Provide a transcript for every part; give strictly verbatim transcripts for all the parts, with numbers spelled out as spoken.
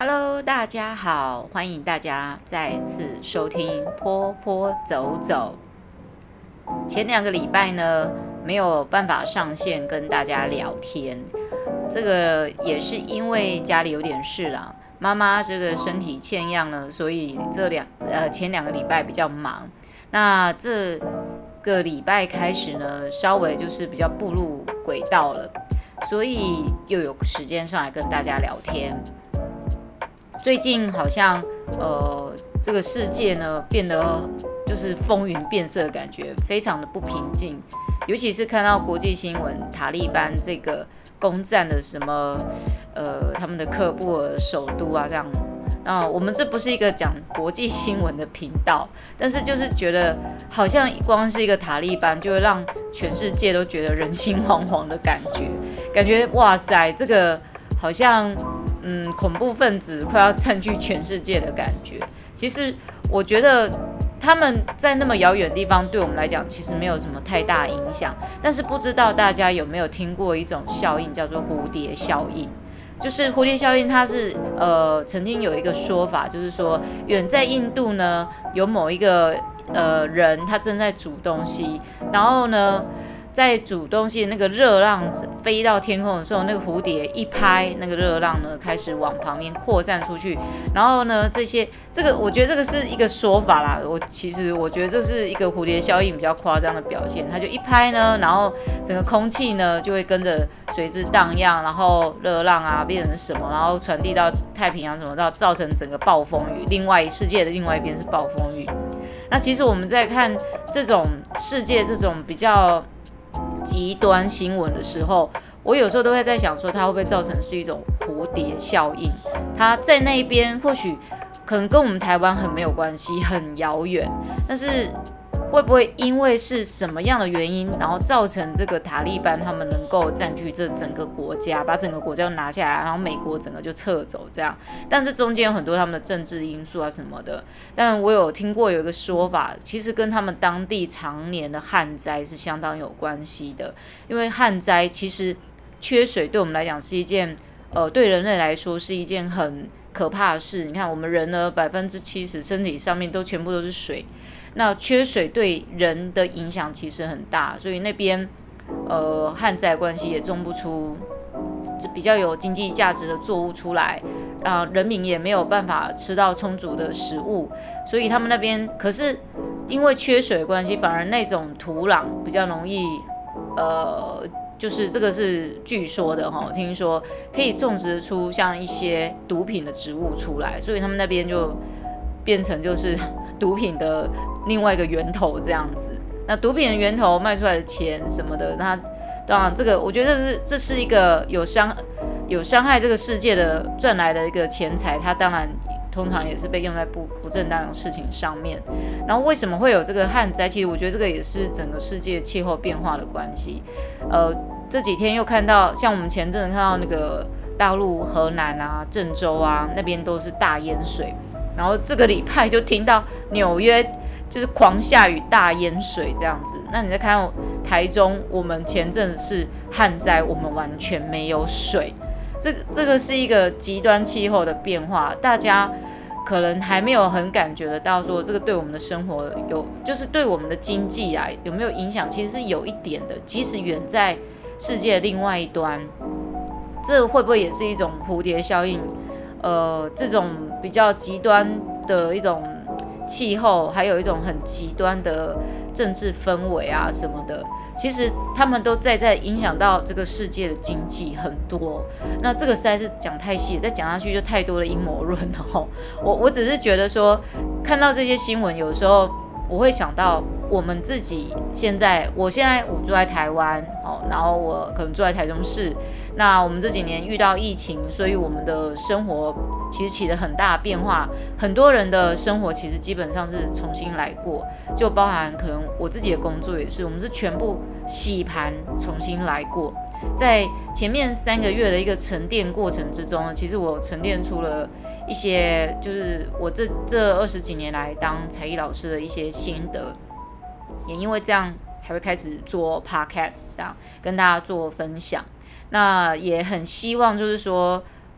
Hello， 大家好，欢迎大家再次收听坡坡走走。前两个礼拜呢，没有办法上线跟大家聊天，这个也是因为家里有点事啦。妈妈这个身体欠恙呢，所以这两呃前两个礼拜比较忙。那这个礼拜开始呢，稍微就是比较步入轨道了，所以又有时间上来跟大家聊天。最近好像呃这个世界呢变得就是风云变色的感觉，非常的不平静。尤其是看到国际新闻，塔利班这个攻占了什么呃他们的喀布尔首都啊这样。那我们这不是一个讲国际新闻的频道，但是就是觉得好像光是一个塔利班就会让全世界都觉得人心惶惶的感觉，感觉哇塞，这个好像嗯恐怖分子快要占据全世界的感觉。其实我觉得他们在那么遥远的地方，对我们来讲其实没有什么太大影响，但是不知道大家有没有听过一种效应，叫做蝴蝶效应。就是蝴蝶效应，它是呃曾经有一个说法，就是说远在印度呢，有某一个呃人，他正在煮东西，然后呢，在煮东西的那个热浪飞到天空的时候，那个蝴蝶一拍，那个热浪呢开始往旁边扩散出去，然后呢，这些这个我觉得这个是一个说法啦，我其实我觉得这是一个蝴蝶效应比较夸张的表现，它就一拍呢，然后整个空气呢就会跟着随之荡漾，然后热浪啊变成什么，然后传递到太平洋什么，到造成整个暴风雨，另外世界的另外一边是暴风雨。那其实我们在看这种世界这种比较极端新闻的时候，我有时候都会在想说，它会不会造成是一种蝴蝶效应？它在那边或许可能跟我们台湾很没有关系，很遥远，但是会不会因为是什么样的原因，然后造成这个塔利班他们能够占据这整个国家，把整个国家拿下来，然后美国整个就撤走这样？但这中间有很多他们的政治因素啊什么的。但我有听过有一个说法，其实跟他们当地常年的旱灾是相当有关系的。因为旱灾其实缺水对我们来讲是一件，呃，对人类来说是一件很可怕的事。你看我们人呢，百分之七十身体上面都全部都是水。那缺水对人的影响其实很大，所以那边呃旱灾关系也种不出比较有经济价值的作物出来，啊、呃，人民也没有办法吃到充足的食物，所以他们那边可是因为缺水的关系，反而那种土壤比较容易，呃，就是这个是据说的哈，听说可以种植出像一些毒品的植物出来，所以他们那边就变成就是毒品的另外一个源头这样子。那毒品的源头卖出来的钱什么的，那当然这个我觉得这是这是一个有伤有伤害这个世界的赚来的一个钱财，它当然通常也是被用在不不正当的事情上面。然后为什么会有这个旱灾？其实我觉得这个也是整个世界气候变化的关系。呃，这几天又看到，像我们前阵子看到那个大陆河南啊、郑州啊那边都是大淹水。然后这个礼拜就听到纽约就是狂下雨大淹水这样子。那你再看到台中，我们前阵子是旱灾，我们完全没有水。这个这个是一个极端气候的变化，大家可能还没有很感觉得到说这个对我们的生活有，就是对我们的经济啊有没有影响？其实是有一点的，即使远在世界的另外一端，这会不会也是一种蝴蝶效应？呃，这种比较极端的一种气候，还有一种很极端的政治氛围啊什么的，其实他们都在在影响到这个世界的经济很多。那这个实在是讲太细了，再讲下去就太多的阴谋论了吼。我我只是觉得说，看到这些新闻，有时候我会想到我们自己现在，我现在我住在台湾，哦，然后我可能住在台中市。那我们这几年遇到疫情，所以我们的生活其实起了很大的变化，很多人的生活其实基本上是重新来过，就包含可能我自己的工作也是，我们是全部洗盘重新来过。在前面三个月的一个沉淀过程之中，其实我沉淀出了一些，就是我这这二十几年来当才艺老师的一些心得，也因为这样才会开始做 podcast， 这样跟大家做分享。那也很希望就是说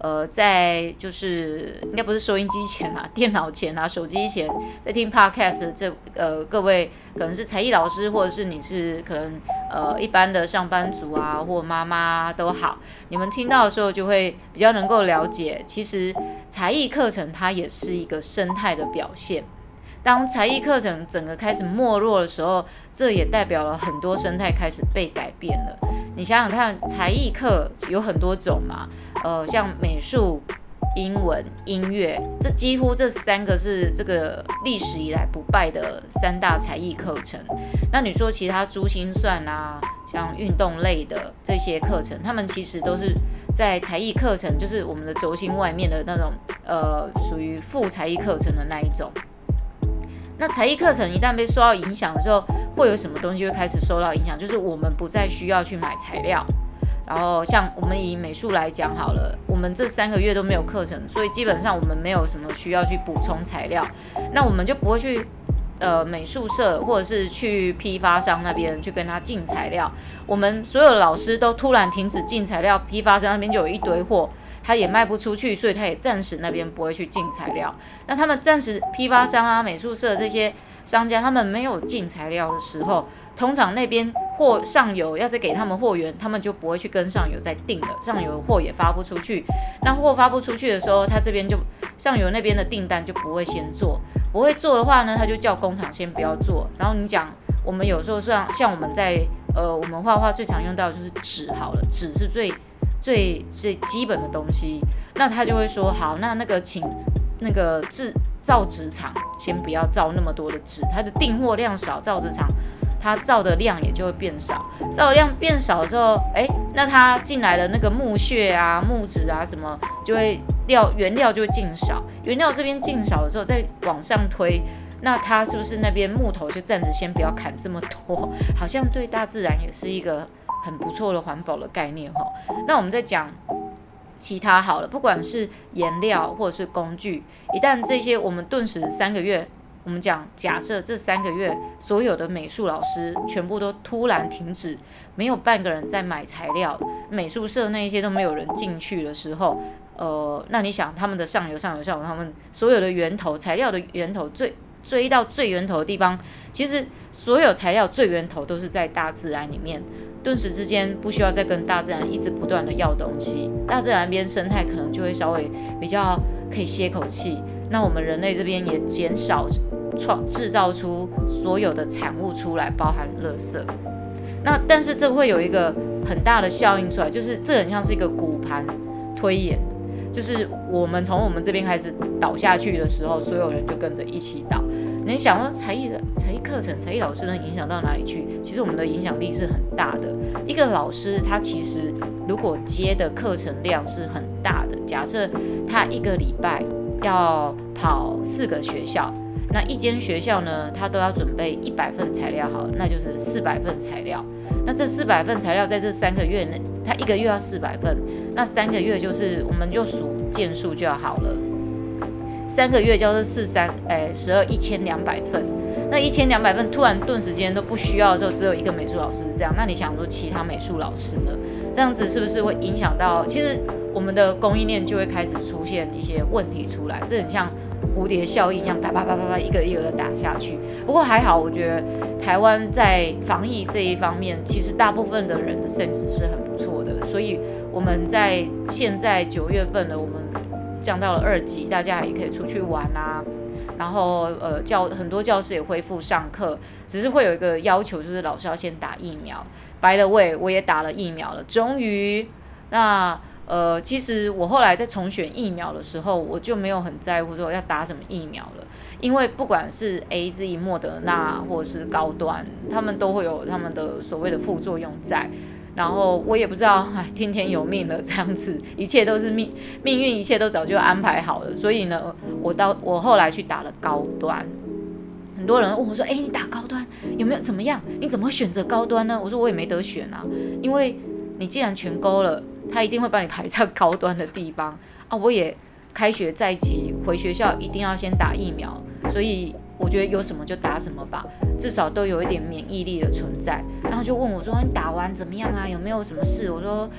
呃，在就是应该不是收音机前啊，电脑前啊，手机前在听 podcast 这呃各位可能是才艺老师，或者是你是可能呃一般的上班族啊，或妈妈都好，你们听到的时候就会比较能够了解，其实才艺课程它也是一个生态的表现。当才艺课程整个开始没落的时候，这也代表了很多生态开始被改变了。你想想看，才艺课有很多种嘛，呃，像美术、英文、音乐，这几乎这三个是这个历史以来不败的三大才艺课程。那你说其他珠心算啊，像运动类的这些课程，他们其实都是在才艺课程，就是我们的轴心外面的那种，呃，属于副才艺课程的那一种。那才艺课程一旦被受到影响的时候，会有什么东西会开始受到影响？就是我们不再需要去买材料，然后像我们以美术来讲好了，我们这三个月都没有课程，所以基本上我们没有什么需要去补充材料，那我们就不会去呃美术社或者是去批发商那边去跟他进材料，我们所有的老师都突然停止进材料，批发商那边就有一堆货。他也卖不出去，所以他也暂时那边不会去进材料。那他们暂时批发商啊、美术社这些商家，他们没有进材料的时候，通常那边货上游要再给他们货源，他们就不会去跟上游再订了，上游货也发不出去。那货发不出去的时候，他这边就上游那边的订单就不会先做，不会做的话呢，他就叫工厂先不要做。然后你讲，我们有时候像像我们在呃我们画画最常用到的就是纸好了，纸是最最最基本的东西，那他就会说好，那那个请那个制造纸厂先不要造那么多的纸，它的订货量少，造纸厂它造的量也就会变少，造的量变少的时候，哎，那它进来的那个木屑啊、木质啊什么，就会料原料就会进少，原料这边进少的时候，再往上推。那它是不是那边木头就暂时先不要砍这么多？好像对大自然也是一个很不错的环保的概念哈。那我们再讲其他好了，不管是颜料或者是工具，一旦这些我们顿时三个月，我们讲假设这三个月所有的美术老师全部都突然停止，没有半个人在买材料，美术社那一些都没有人进去的时候，呃，那你想他们的上游、上游、上游，他们所有的源头材料的源头最追到最源头的地方，其实所有材料最源头都是在大自然里面，顿时之间不需要再跟大自然一直不断的要东西，大自然边生态可能就会稍微比较可以歇口气，那我们人类这边也减少创制造出所有的产物出来，包含垃圾。那但是这会有一个很大的效应出来，就是这很像是一个骨盘推演，就是我们从我们这边开始倒下去的时候，所有人就跟着一起倒。你想说才艺的才艺课程、才艺老师能影响到哪里去？其实我们的影响力是很大的。一个老师他其实如果接的课程量是很大的，假设他一个礼拜要跑四个学校，那一间学校呢，他都要准备一百份材料，好了，那就是四百份材料。那这四百份材料在这三个月呢，他一个月要四百份，那三个月就是我们就数件数就好了。三个月叫做四三，哎，十二一千两百份。那一千两百份突然顿时间都不需要的时候，只有一个美术老师是这样。那你想说其他美术老师呢？这样子是不是会影响到？其实我们的供应链就会开始出现一些问题出来，这很像蝴蝶效应一样，啪啪啪啪啪一个一个的打下去。不过还好，我觉得台湾在防疫这一方面，其实大部分的人的 sense 是很不错的，所以我们在现在九月份了，我们降到了二级，大家也可以出去玩啊。然后呃教很多教室也恢复上课，只是会有一个要求，就是老师要先打疫苗。By the way， 我也打了疫苗了，终于。那呃，其实我后来在重选疫苗的时候，我就没有很在乎说要打什么疫苗了，因为不管是 A Z、莫德纳或者是高端，他们都会有他们的所谓的副作用在。然后我也不知道，哎，听天由命了，这样子，一切都是命命运，一切都早就安排好了。所以呢，我到我后来去打了高端。很多人问我说：“哎，你打高端有没有怎么样？你怎么会选择高端呢？”我说：“我也没得选啊，因为你既然全勾了，他一定会把你排在高端的地方啊。”我也开学在即，回学校一定要先打疫苗，所以我觉得有什么就打什么吧，至少都有一点免疫力的存在。然后就问我说：“你打完怎么样啊？有没有什么事？”我说：“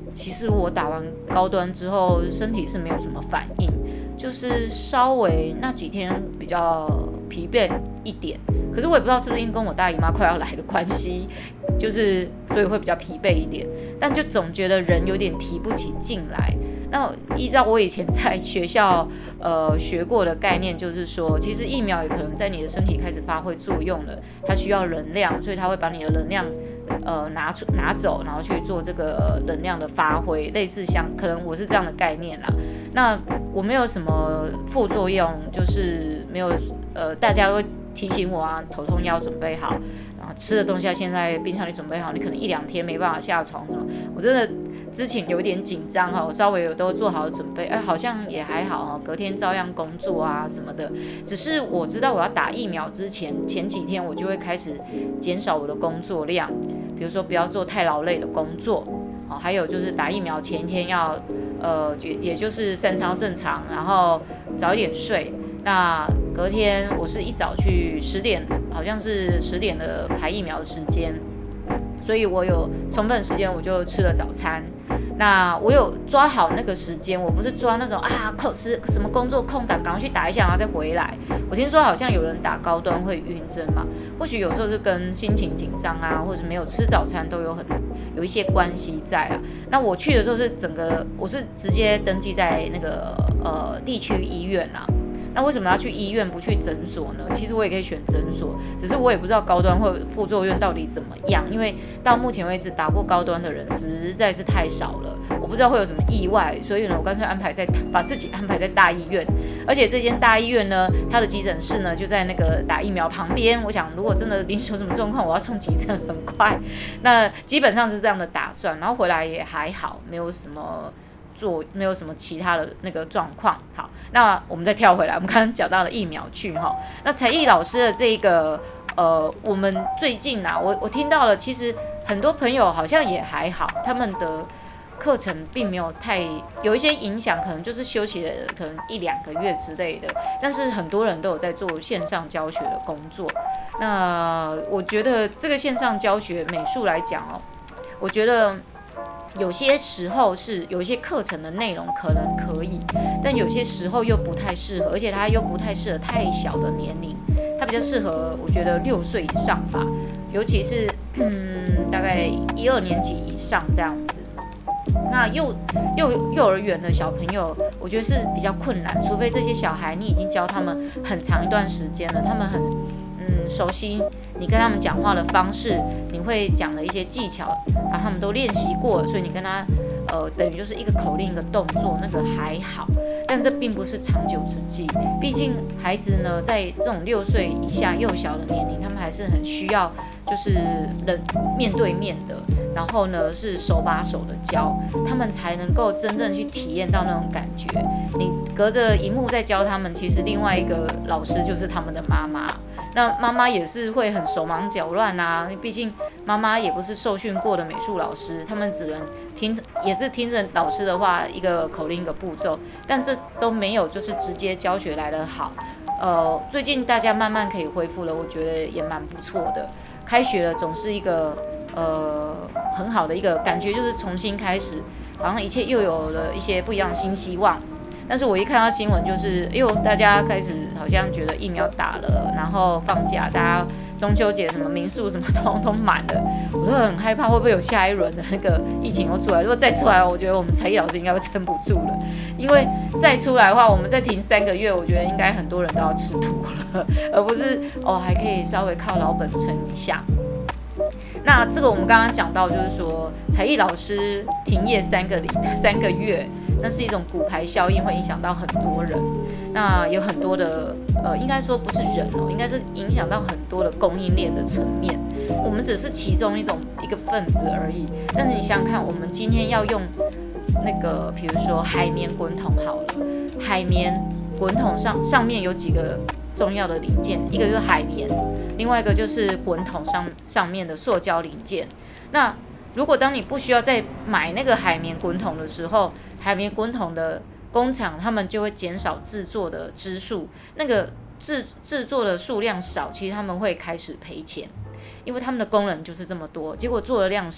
其实我打完高端之后，身体是没有什么反应，就是稍微那几天比较疲惫一点。可是我也不知道是不是因为跟我大姨妈快要来的关系，就是所以会比较疲惫一点，但就总觉得人有点提不起劲来。那依照我以前在学校呃学过的概念，就是说，其实疫苗也可能在你的身体开始发挥作用了，它需要能量，所以它会把你的能量呃拿出拿走，然后去做这个能量的发挥，类似像可能我是这样的概念啦。那我没有什么副作用，就是没有呃大家会提醒我啊，头痛要准备好，然后吃的东西要先在冰箱里准备好，你可能一两天没办法下床什么，我真的。之前有点紧张哈，我稍微有都做好准备，哎，好像也还好哈，隔天照样工作啊什么的。只是我知道我要打疫苗之前，前几天我就会开始减少我的工作量，比如说不要做太劳累的工作，哦，还有就是打疫苗前一天要，呃，也就是三餐正常，然后早一点睡。那隔天我是一早去十点，好像是十点的排疫苗的时间。所以我有充分时间，我就吃了早餐。那我有抓好那个时间，我不是抓那种啊空时什么工作空档，赶快去打一下，然后再回来。我听说好像有人打高端会晕针嘛，或许有时候是跟心情紧张啊，或者没有吃早餐都有很有一些关系在啊。那我去的时候是整个我是直接登记在那个呃地区医院啊。那为什么要去医院不去诊所呢？其实我也可以选诊所，只是我也不知道高端或副作用到底怎么样，因为到目前为止打过高端的人实在是太少了，我不知道会有什么意外，所以呢，我干脆安排在把自己安排在大医院，而且这间大医院呢，它的急诊室呢就在那个打疫苗旁边。我想如果真的临时有什么状况，我要送急诊很快，那基本上是这样的打算，然后回来也还好，没有什么。做没有什么其他的那个状况。好，那我们再跳回来，我们刚刚讲到了疫苗去哈。那才艺老师的这个呃，我们最近啊，我我听到了，其实很多朋友好像也还好，他们的课程并没有太有一些影响，可能就是休息了可能一两个月之类的。但是很多人都有在做线上教学的工作。那我觉得这个线上教学美术来讲哦，我觉得。有些时候是有一些课程的内容可能可以，但有些时候又不太适合，而且它又不太适合太小的年龄，它比较适合我觉得六岁以上吧，尤其是嗯大概一二年级以上这样子。那幼幼幼儿园的小朋友，我觉得是比较困难，除非这些小孩你已经教他们很长一段时间了，他们很嗯熟悉你跟他们讲话的方式，你会讲的一些技巧。然后他们都练习过了，所以你跟他，呃，等于就是一个口令一个动作，那个还好，但这并不是长久之计。毕竟孩子呢，在这种六岁以下幼小的年龄，他们还是很需要，就是人面对面的，然后呢是手把手的教，他们才能够真正去体验到那种感觉。你隔着荧幕在教他们，其实另外一个老师就是他们的妈妈。那妈妈也是会很手忙脚乱啊，毕竟妈妈也不是受训过的美术老师，他们只能听，也是听着老师的话，一个口令一个步骤，但这都没有就是直接教学来得好。呃，最近大家慢慢可以恢复了，我觉得也蛮不错的。开学了总是一个呃很好的一个感觉，就是重新开始，好像一切又有了一些不一样的新希望。但是我一看到新闻，就是哎呦，大家开始好像觉得疫苗打了，然后放假，大家中秋节什么民宿什么通通满了，我都很害怕会不会有下一轮的那个疫情又出来。如果再出来，我觉得我们才艺老师应该会撑不住了，因为再出来的话，我们再停三个月，我觉得应该很多人都要吃土了，而不是哦还可以稍微靠老本撑一下。那这个我们刚刚讲到，就是说才艺老师停业三个礼三个月。那是一种骨牌效应，会影响到很多人。那有很多的，呃，应该说不是人哦，应该是影响到很多的供应链的层面。我们只是其中一种一个分子而已。但是你想想看，我们今天要用那个，比如说海绵滚筒好了，海绵滚筒上上面有几个重要的零件，一个就是海绵，另外一个就是滚筒上上面的塑胶零件。那如果当你不需要再买那个海绵滚筒的时候，海绵滚筒的工厂他们就会减少制作的支数，那个制制作的数量少，其实他们会开始赔钱，因为他们的工人就是这么多，结果做的量少，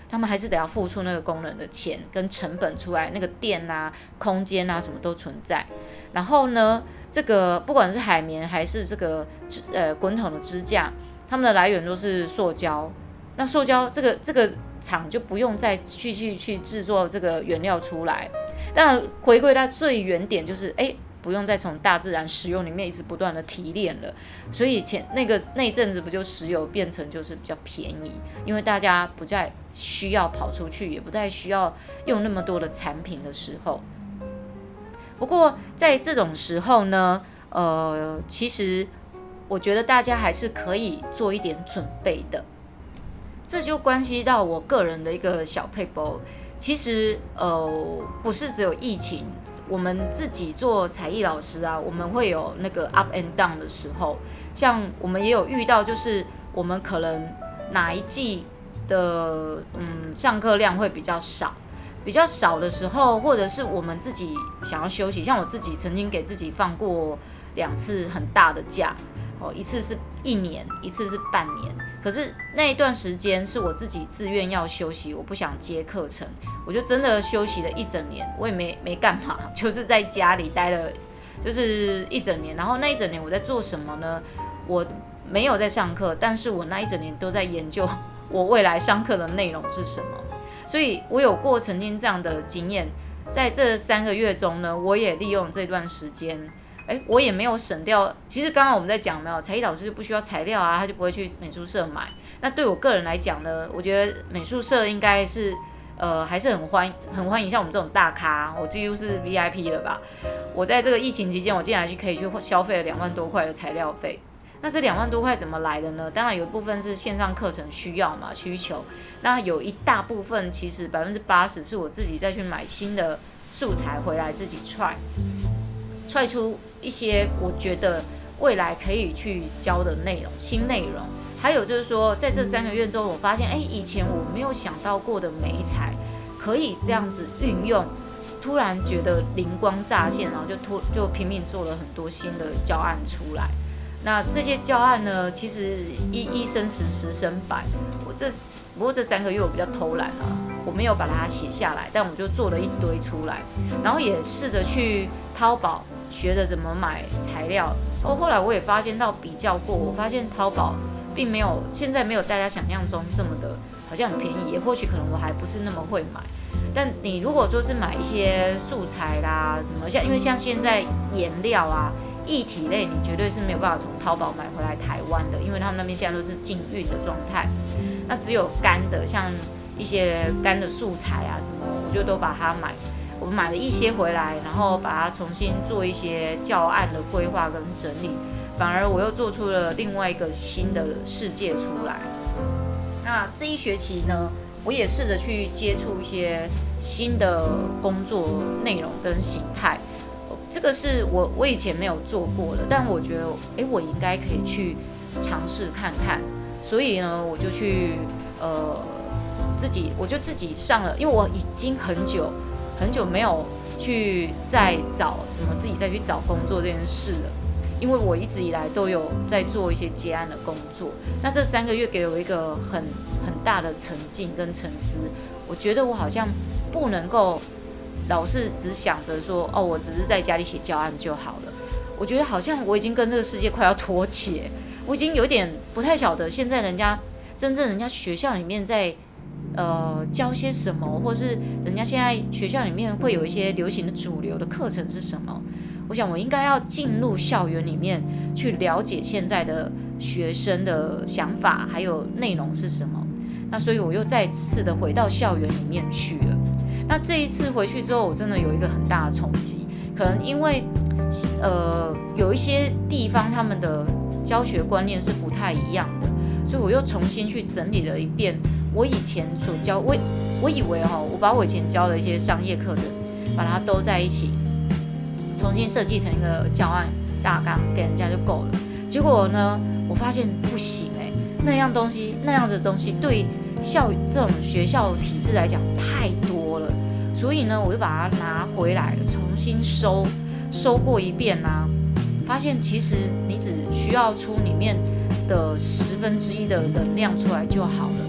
他们还是得要付出那个工人的钱跟成本出来，那个电啊、空间啊什么都存在。然后呢，这个不管是海绵还是这个呃滚筒的支架，它们的来源都是塑胶。那塑胶这个这个厂就不用再继续去制作这个原料出来。当然，回归到最原点，就是哎，不用再从大自然石油里面一直不断的提炼了。所以前那个那一阵子不就石油变成就是比较便宜，因为大家不再需要跑出去，也不再需要用那么多的产品的时候。不过在这种时候呢，呃，其实我觉得大家还是可以做一点准备的。这就关系到我个人的一个小撇步。其实呃不是只有疫情，我们自己做才艺老师啊，我们会有那个 up and down 的时候。像我们也有遇到，就是我们可能哪一季的嗯上课量会比较少，比较少的时候，或者是我们自己想要休息。像我自己曾经给自己放过两次很大的假，哦，一次是一年，一次是半年。可是那一段时间是我自己自愿要休息，我不想接课程，我就真的休息了一整年，我也没没干嘛，就是在家里待了，就是一整年。然后那一整年我在做什么呢？我没有在上课，但是我那一整年都在研究我未来上课的内容是什么。所以我有过曾经这样的经验，在这三个月中呢，我也利用这段时间。哎，我也没有省掉。其实刚刚我们在讲，没有才艺老师就不需要材料啊，他就不会去美术社买。那对我个人来讲呢，我觉得美术社应该是呃还是很欢很欢迎像我们这种大咖，我几乎是 V I P 了吧。我在这个疫情期间，我竟然去可以去消费了两万多块的材料费。那这两万多块怎么来的呢？当然有一部分是线上课程需要嘛，需求。那有一大部分，其实百分之八十是我自己再去买新的素材回来自己踹。踹出一些我觉得未来可以去教的内容，新内容。还有就是说，在这三个月中，我发现，哎，以前我没有想到过的媒材，可以这样子运用，突然觉得灵光乍现，然后就突就拼命做了很多新的教案出来。那这些教案呢，其实一一生十，十生百。我这不过这三个月我比较偷懒啊，我没有把它写下来，但我就做了一堆出来，然后也试着去淘宝学着怎么买材料。哦，后来我也发现到比较过，我发现淘宝并没有现在没有大家想象中这么的好像很便宜，也或许可能我还不是那么会买。但你如果说是买一些素材啦，什么像因为像现在颜料啊、液体类，你绝对是没有办法从淘宝买回来台湾的，因为他们那边现在都是禁运的状态。那只有干的，像一些干的素材啊什么，我就都把它买。我买了一些回来，然后把它重新做一些教案的规划跟整理，反而我又做出了另外一个新的世界出来。那这一学期呢，我也试着去接触一些新的工作内容跟形态，这个是我我以前没有做过的，但我觉得，哎，我应该可以去尝试看看。所以呢，我就去呃自己，我就自己上了，因为我已经很久很久没有去再找什么自己再去找工作这件事了，因为我一直以来都有在做一些接案的工作。那这三个月给了我一个很很大的沉静跟沉思，我觉得我好像不能够老是只想着说，哦，我只是在家里写教案就好了。我觉得好像我已经跟这个世界快要脱节。我已经有点不太晓得现在人家真正人家学校里面在呃教些什么，或是人家现在学校里面会有一些流行的主流的课程是什么。我想我应该要进入校园里面去了解现在的学生的想法还有内容是什么。那所以我又再次的回到校园里面去了。那这一次回去之后，我真的有一个很大的冲击，可能因为呃有一些地方他们的教学观念是不太一样的，所以我又重新去整理了一遍我以前所教，我我以为哈，我把我以前教的一些商业课程，把它都在一起，重新设计成一个教案大纲给人家就够了。结果呢，我发现不行哎、欸，那样东西那样子的东西对校这种学校体制来讲太多了，所以呢，我就把它拿回来了，重新收收过一遍啊。发现其实你只需要出里面的十分之一的能量出来就好了，这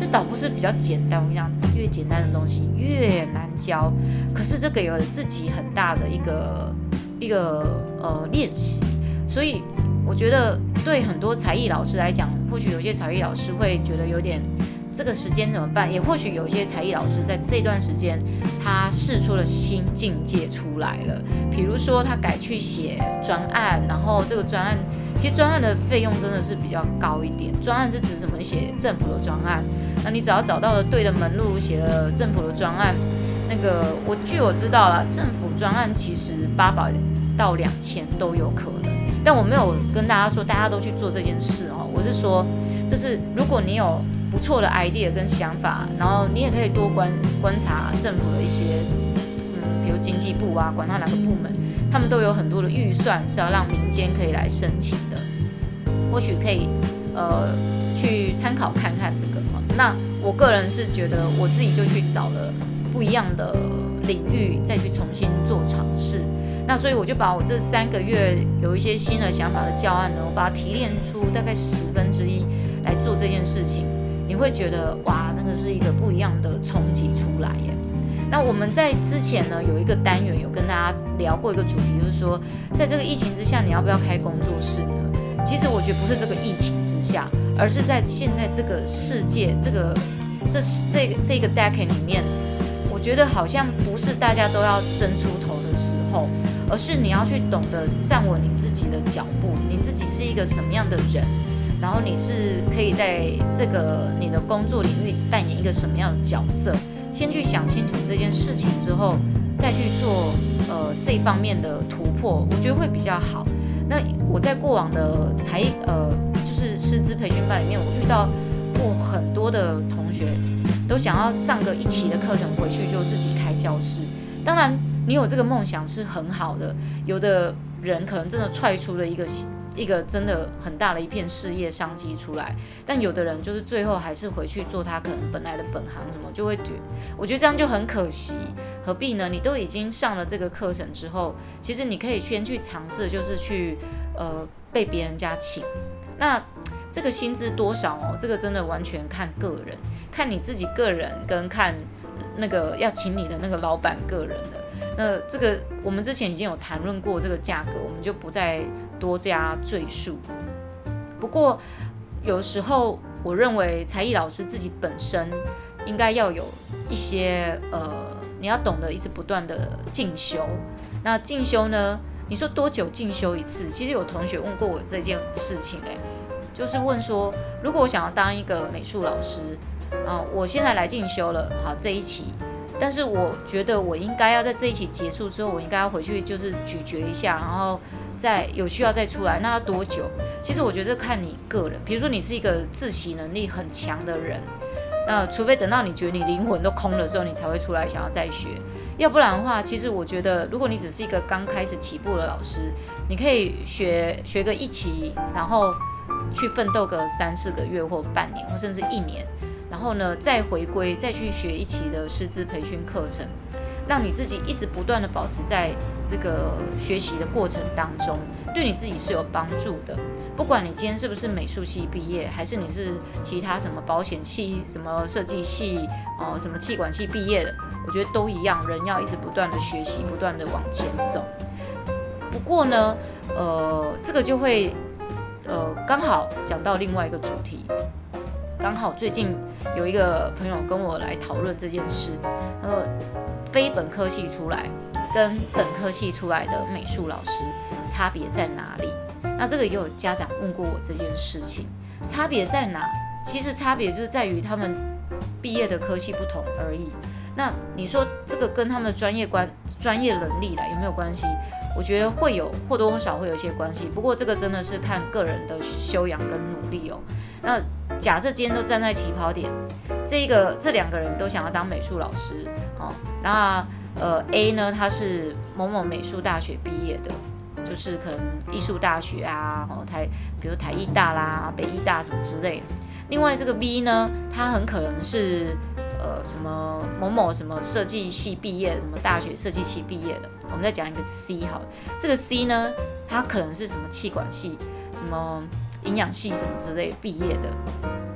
导不是比较简单？我跟你讲，越简单的东西越难教。可是这个有自己很大的一个一个呃练习，所以我觉得对很多才艺老师来讲，或许有些才艺老师会觉得有点这个时间怎么办？也或许有一些才艺老师在这段时间，他试出了新境界出来了。比如说他改去写专案，然后这个专案。其实专案的费用真的是比较高一点。专案是指什么？你写政府的专案，那你只要找到了对的门路，写了政府的专案，那个我据我知道啦，政府专案其实八百到两千都有可能。但我没有跟大家说大家都去做这件事哦，我是说，这是如果你有不错的 idea 跟想法，然后你也可以多观观察政府的一些，嗯，比如经济部啊，管他哪个部门。他们都有很多的预算是要让民间可以来申请的，或许可以呃去参考看看这个。那我个人是觉得我自己就去找了不一样的领域，再去重新做尝试。那所以我就把我这三个月有一些新的想法的教案呢，我把它提炼出大概十分之一来做这件事情。你会觉得哇，那个是一个不一样的冲击出来耶。那我们在之前呢有一个单元有跟大家聊过一个主题，就是说在这个疫情之下，你要不要开工作室呢？其实我觉得不是这个疫情之下，而是在现在这个世界这个这这这个 decade 里面，我觉得好像不是大家都要争出头的时候，而是你要去懂得站稳你自己的脚步，你自己是一个什么样的人，然后你是可以在这个你的工作领域扮演一个什么样的角色。先去想清楚这件事情之后，再去做呃这方面的突破，我觉得会比较好。那我在过往的才呃就是师资培训班里面，我遇到过很多的同学都想要上个一期的课程，回去就自己开教室。当然，你有这个梦想是很好的，有的人可能真的踹出了一个。一个真的很大的一片事业商机出来，但有的人就是最后还是回去做他可能本来的本行什么，就会我觉得这样就很可惜，何必呢？你都已经上了这个课程之后，其实你可以先去尝试，就是去呃被别人家请，那这个薪资多少哦？这个真的完全看个人，看你自己个人跟看那个要请你的那个老板个人的。那这个我们之前已经有谈论过这个价格，我们就不再多加赘述。不过有时候我认为才艺老师自己本身应该要有一些呃，你要懂得一直不断的进修。那进修呢，你说多久进修一次？其实有同学问过我这件事情、欸，就是问说，如果我想要当一个美术老师啊，我现在来进修了，好这一期。但是我觉得我应该要在这一期结束之后，我应该要回去就是咀嚼一下，然后再有需要再出来，那要多久？其实我觉得看你个人，比如说你是一个自习能力很强的人，那除非等到你觉得你灵魂都空的时候，你才会出来想要再学，要不然的话，其实我觉得如果你只是一个刚开始起步的老师，你可以学学个一期，然后去奋斗个三四个月或半年，或甚至一年。然后呢，再回归，再去学一期的师资培训课程，让你自己一直不断的保持在这个学习的过程当中，对你自己是有帮助的。不管你今天是不是美术系毕业，还是你是其他什么保险系、什么设计系、哦、什么企管系毕业的，我觉得都一样，人要一直不断的学习，不断的往前走。不过呢，呃，这个就会呃刚好讲到另外一个主题。刚好最近有一个朋友跟我来讨论这件事，呃，非本科系出来跟本科系出来的美术老师差别在哪里？那这个也有家长问过我这件事情，差别在哪？其实差别就是在于他们毕业的科系不同而已。那你说这个跟他们的专业观、专业能力啦有没有关系？我觉得会有，或多或少会有一些关系。不过这个真的是看个人的修养跟努力哦。那假设今天都站在起跑点，这个这两个人都想要当美术老师，哦，那呃 A 呢，他是某某美术大学毕业的，就是可能艺术大学啊，哦台，比如台艺大啦、北艺大什么之类的。另外这个 B 呢，他很可能是呃什么某某什么设计系毕业的，什么大学设计系毕业的。我们再讲一个 C 好了，这个 C 呢，他可能是什么企管系、什么营养系什么之类毕业的，他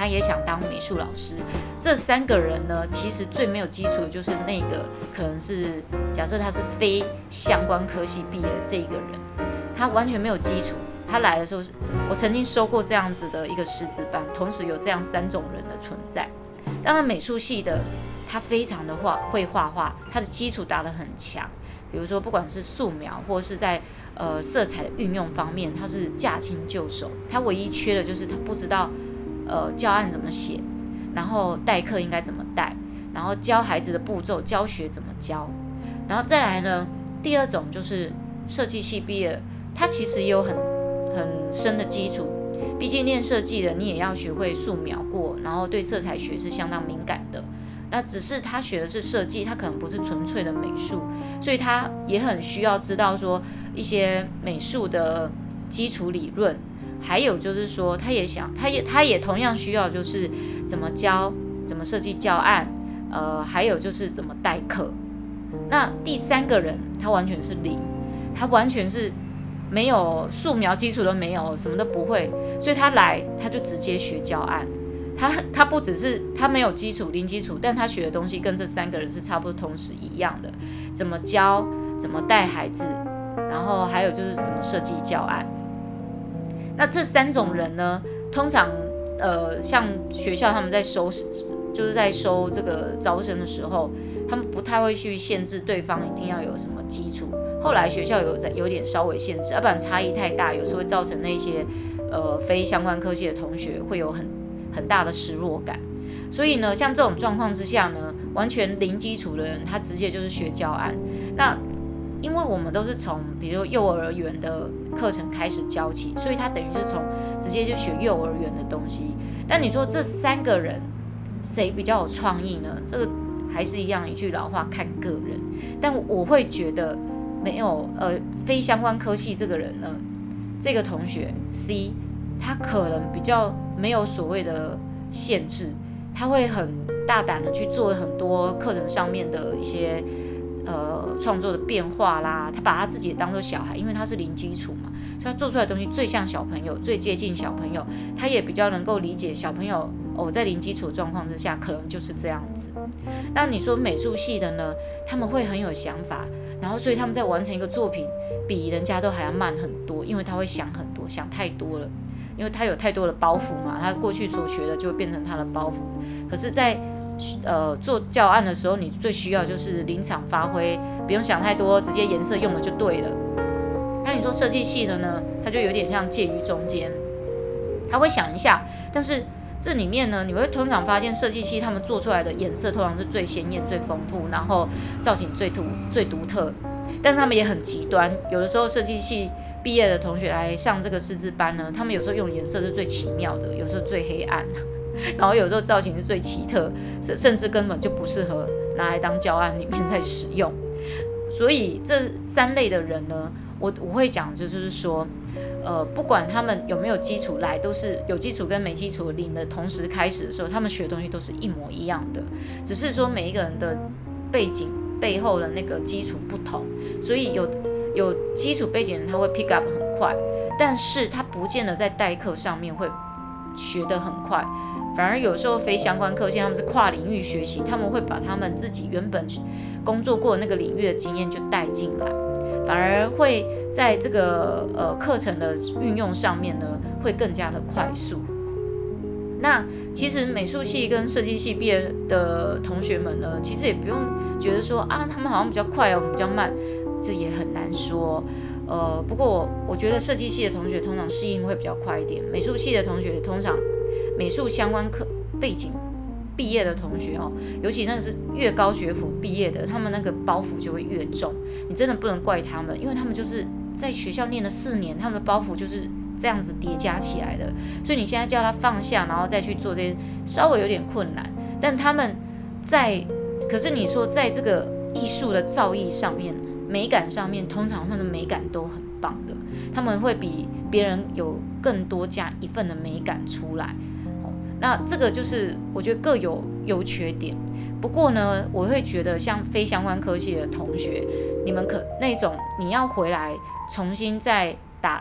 他也想当美术老师。这三个人呢，其实最没有基础的就是那个可能是假设他是非相关科系毕业的这个人，他完全没有基础。他来的时候，我曾经收过这样子的一个师资班，同时有这样三种人的存在。当然，美术系的他非常的画会画画，他的基础打得很强。比如说，不管是素描或是在呃色彩的运用方面，他是驾轻就熟。他唯一缺的就是他不知道呃教案怎么写，然后代课应该怎么带，然后教孩子的步骤、教学怎么教。然后再来呢，第二种就是设计系毕业，他其实也有很很深的基础，毕竟念设计的你也要学会素描过，然后对色彩学是相当敏感的。那只是他学的是设计，他可能不是纯粹的美术，所以他也很需要知道说一些美术的基础理论，还有就是说他也想，他也他也同样需要就是怎么教，怎么设计教案，呃，还有就是怎么代课。那第三个人他完全是零，他完全是没有素描基础都没有，什么都不会，所以他来他就直接学教案。他他不只是他没有基础零基础，但他学的东西跟这三个人是差不多同时一样的，怎么教，怎么带孩子，然后还有就是怎么设计教案。那这三种人呢，通常呃像学校他们在收就是在收这个招生的时候，他们不太会去限制对方一定要有什么基础。后来学校有在有点稍微限制，要不然差异太大，有时候会造成那些呃非相关科系的同学会有很很大的失落感。所以呢，像这种状况之下呢，完全零基础的人，他直接就是学教案。那因为我们都是从比如幼儿园的课程开始教起，所以他等于就是从直接就学幼儿园的东西。但你说这三个人谁比较有创意呢？这个还是一样一句老话，看个人。但我会觉得没有呃非相关科系这个人呢，这个同学 C， 他可能比较没有所谓的限制，他会很大胆的去做很多课程上面的一些呃创作的变化啦。他把他自己也当作小孩，因为他是零基础嘛，所以他做出来的东西最像小朋友，最接近小朋友，他也比较能够理解小朋友哦，在零基础的状况之下，可能就是这样子。那你说美术系的呢？他们会很有想法，然后所以他们在完成一个作品，比人家都还要慢很多，因为他会想很多，想太多了，因为他有太多的包袱嘛，他过去所学的就会变成他的包袱。可是在，呃做教案的时候，你最需要就是临场发挥，不用想太多，直接颜色用了就对了。那你说设计系的呢？他就有点像介于中间，他会想一下，但是这里面呢，你会通常发现设计系他们做出来的颜色通常是最鲜艳、最丰富，然后造型最独最独特，但他们也很极端。有的时候设计系毕业的同学来上这个师资班呢，他们有时候用颜色是最奇妙的，有时候最黑暗，然后有时候造型是最奇特，甚至根本就不适合拿来当教案里面在使用。所以这三类的人呢，我我会讲就是说。呃，不管他们有没有基础来，都是有基础跟没基础零的同时开始的时候，他们学的东西都是一模一样的，只是说每一个人的背景背后的那个基础不同，所以有有基础背景的人他会 pick up 很快，但是他不见得在代课上面会学得很快，反而有时候非相关科系他们是跨领域学习，他们会把他们自己原本工作过的那个领域的经验就带进来，反而会在这个呃课程的运用上面呢，会更加的快速。那其实美术系跟设计系毕业的同学们呢，其实也不用觉得说啊，他们好像比较快哦，我们比较慢，这也很难说。呃，不过 我, 我觉得设计系的同学通常适应会比较快一点，美术系的同学通常美术相关课背景毕业的同学哦，尤其那个是越高学府毕业的，他们那个包袱就会越重。你真的不能怪他们，因为他们就是在学校念了四年，他们的包袱就是这样子叠加起来的。所以你现在叫他放下，然后再去做这些，稍微有点困难。但他们在，可是你说在这个艺术的造诣上面、美感上面，通常他们的美感都很棒的，他们会比别人有更多加一份的美感出来。那这个就是我觉得各有优缺点，不过呢，我会觉得像非相关科系的同学，你们可那种你要回来重新再打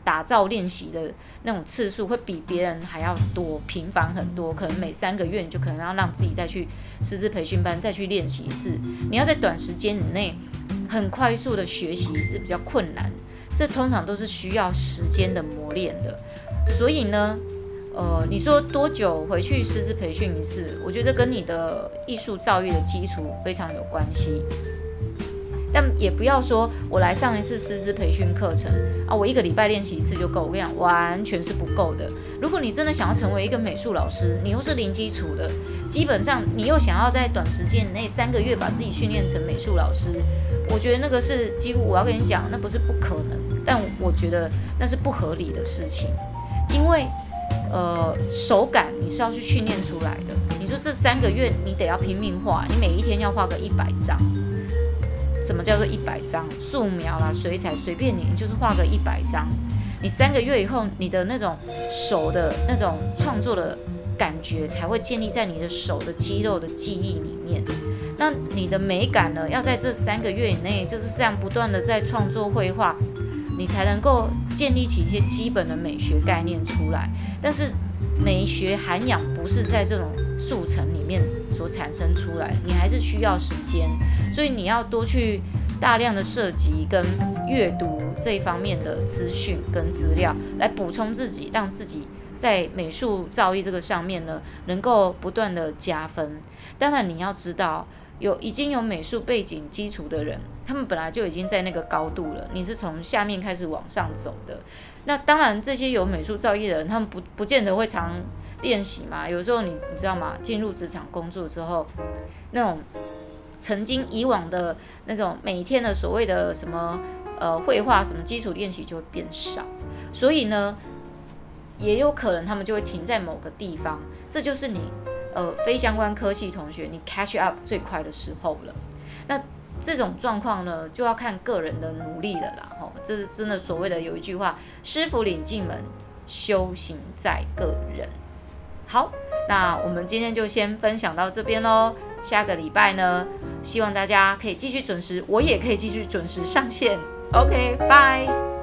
打造练习的那种次数会比别人还要多，频繁很多。可能每三个月你就可能要让自己再去师资培训班再去练习一次。你要在短时间以内很快速的学习是比较困难，这通常都是需要时间的磨练的。所以呢，呃，你说多久回去师资培训一次？我觉得跟你的艺术造诣的基础非常有关系。但也不要说我来上一次师资培训课程啊，我一个礼拜练习一次就够。我跟你讲，完全是不够的。如果你真的想要成为一个美术老师，你又是零基础的，基本上你又想要在短时间内三个月把自己训练成美术老师，我觉得那个是几乎我要跟你讲，那不是不可能，但我觉得那是不合理的事情，因为呃手感你是要去训练出来的。你说这三个月你得要拼命画，你每一天要画个一百张。什么叫做一百张？素描啦、水彩，随便你，你就是画个一百张。你三个月以后，你的那种手的那种创作的感觉才会建立在你的手的肌肉的记忆里面。那你的美感呢，要在这三个月以内，就是这样不断的在创作绘画，你才能够建立起一些基本的美学概念出来。但是美学涵养不是在这种速成里面所产生出来，你还是需要时间，所以你要多去大量的涉及跟阅读这一方面的资讯跟资料，来补充自己，让自己在美术造诣这个上面呢，能够不断的加分。当然你要知道，有已经有美术背景基础的人，他们本来就已经在那个高度了，你是从下面开始往上走的。那当然这些有美术造诣的人，他们不不见得会常练习嘛，有时候你你知道吗？进入职场工作之后，那种曾经以往的那种每天的所谓的什么呃绘画什么基础练习就会变少，所以呢，也有可能他们就会停在某个地方，这就是你呃非相关科系同学你 catch up 最快的时候了。那这种状况呢，就要看个人的努力了啦。吼，这是真的所谓的有一句话，师傅领进门，修行在个人。好，那我们今天就先分享到这边咯。下个礼拜呢，希望大家可以继续准时，我也可以继续准时上线。OK， 拜。